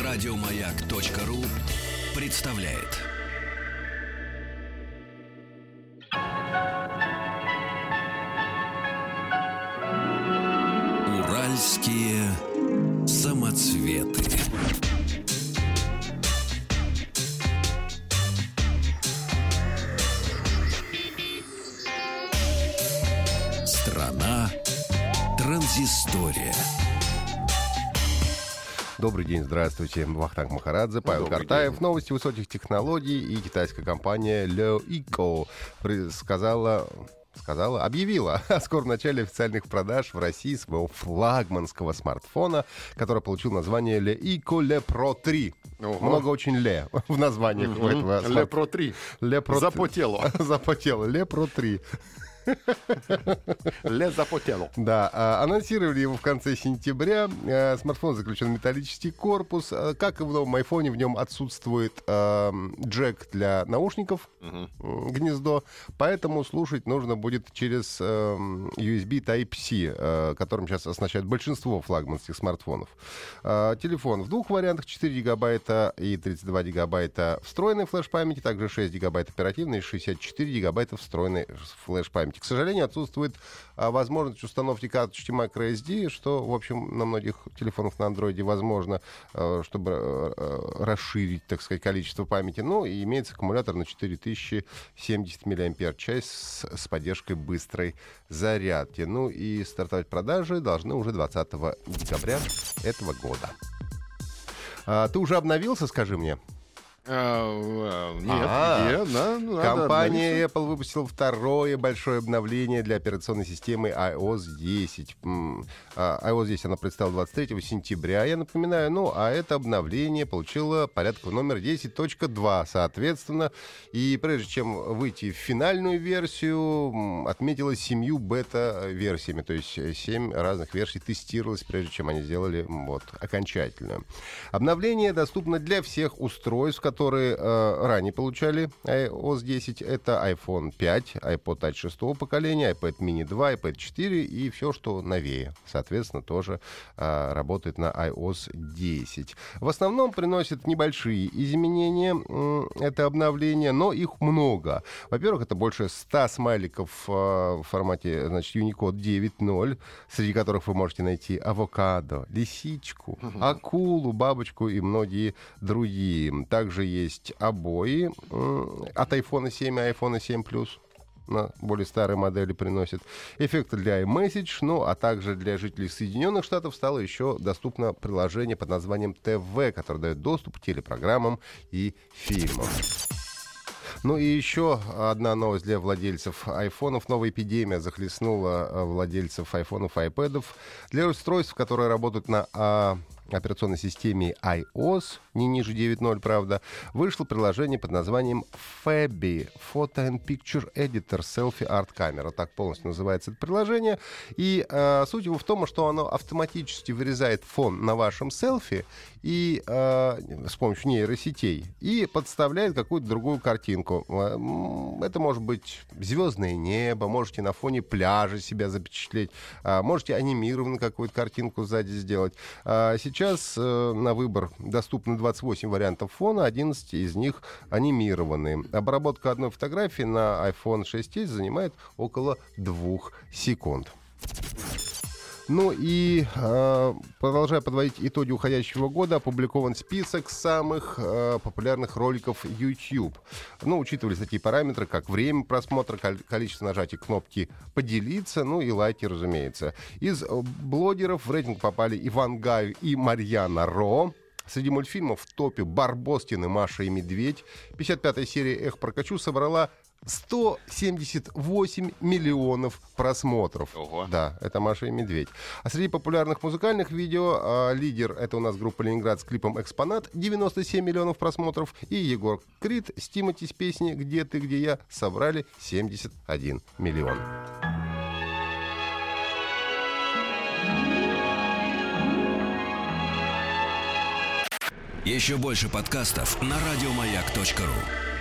Радиомаяк.ру представляет. Уральские самоцветы. Страна транзистория. Добрый день, здравствуйте. Вахтанг Махарадзе, Павел Картаев. Новости высоких технологий и китайская компания LeEco объявила о скором начале официальных продаж в России своего флагманского смартфона, который получил название LeEco Le Pro 3. Много очень «ле» в названиях у этого. Le Pro 3. Запотело. Запотело. Le Pro 3. Запотело. Да, анонсировали его в конце сентября. Смартфон заключен в металлический корпус. Как и в новом айфоне, в нем отсутствует джек для наушников, гнездо. Поэтому слушать нужно будет через USB Type-C, которым сейчас оснащают большинство флагманских смартфонов. Телефон в двух вариантах: 4 гигабайта и 32 гигабайта встроенной флеш-памяти, также 6 гигабайт оперативной и 64 гигабайта встроенной флеш-памяти. К сожалению, отсутствует возможность установки карточки microSD, что, в общем, на многих телефонах на Android возможно, чтобы расширить, так сказать, количество памяти. Ну, и имеется аккумулятор на 4070 мАч с поддержкой быстрой зарядки. Ну, и стартовать продажи должны уже 20 декабря этого года. Ты уже обновился, скажи мне? Нет. Компания Apple выпустила второе большое обновление для операционной системы iOS 10. iOS 10 она представила 23 сентября, я напоминаю. Ну, а это обновление получило порядковый номер 10.2, соответственно. И прежде чем выйти в финальную версию, отметилось 7 бета-версиями. То есть 7 разных версий тестировалось, прежде чем они сделали окончательную. Обновление доступно для всех устройств, которые ранее получали iOS 10. Это iPhone 5, iPod Touch 6 поколения, iPad mini 2, iPad 4 и все, что новее. Соответственно, тоже работает на iOS 10. В основном приносит небольшие изменения это обновление, но их много. Во-первых, это больше 100 смайликов в формате, значит, Unicode 9.0, среди которых вы можете найти авокадо, лисичку, акулу, бабочку и многие другие. Также есть обои от iPhone 7 и iPhone 7 Plus. На более старые модели приносит. Эффекты для iMessage, ну, а также для жителей Соединенных Штатов стало еще доступно приложение под названием ТВ, которое дает доступ к телепрограммам и фильмам. Ну и еще одна новость для владельцев айфонов. Новая эпидемия захлестнула владельцев айфонов и айпэдов. Для устройств, которые работают на операционной системе iOS, не ниже 9.0, правда, вышло приложение под названием Fabi Photo and Picture Editor Selfie Art Camera. Так полностью называется это приложение. И суть его в том, что оно автоматически вырезает фон на вашем селфи и с помощью нейросетей и подставляет какую-то другую картинку. Это может быть звездное небо, можете на фоне пляжа себя запечатлеть, можете анимированную какую-то картинку сзади сделать. Сейчас на выбор доступны 28 вариантов фона, 11 из них анимированные. Обработка одной фотографии на iPhone 6s занимает около 2 секунд. Ну и, продолжая подводить итоги уходящего года, опубликован список самых популярных роликов YouTube. Ну, учитывались такие параметры, как время просмотра, количество нажатий кнопки «Поделиться», ну и лайки, разумеется. Из блогеров в рейтинг попали Иван Гай и Марьяна Ро. Среди мультфильмов в топе «Барбоскины», «Маша и Медведь». 55-я серия «Эх, прокачу» собрала 178 миллионов просмотров. Ого. Да, это «Маша и Медведь». А среди популярных музыкальных видео лидер — это у нас группа «Ленинград» с клипом «Экспонат», 97 миллионов просмотров. И Егор Крид с Тимати с песней «Где ты, где я» собрали 71 миллион. Еще больше подкастов на радиомаяк.ру.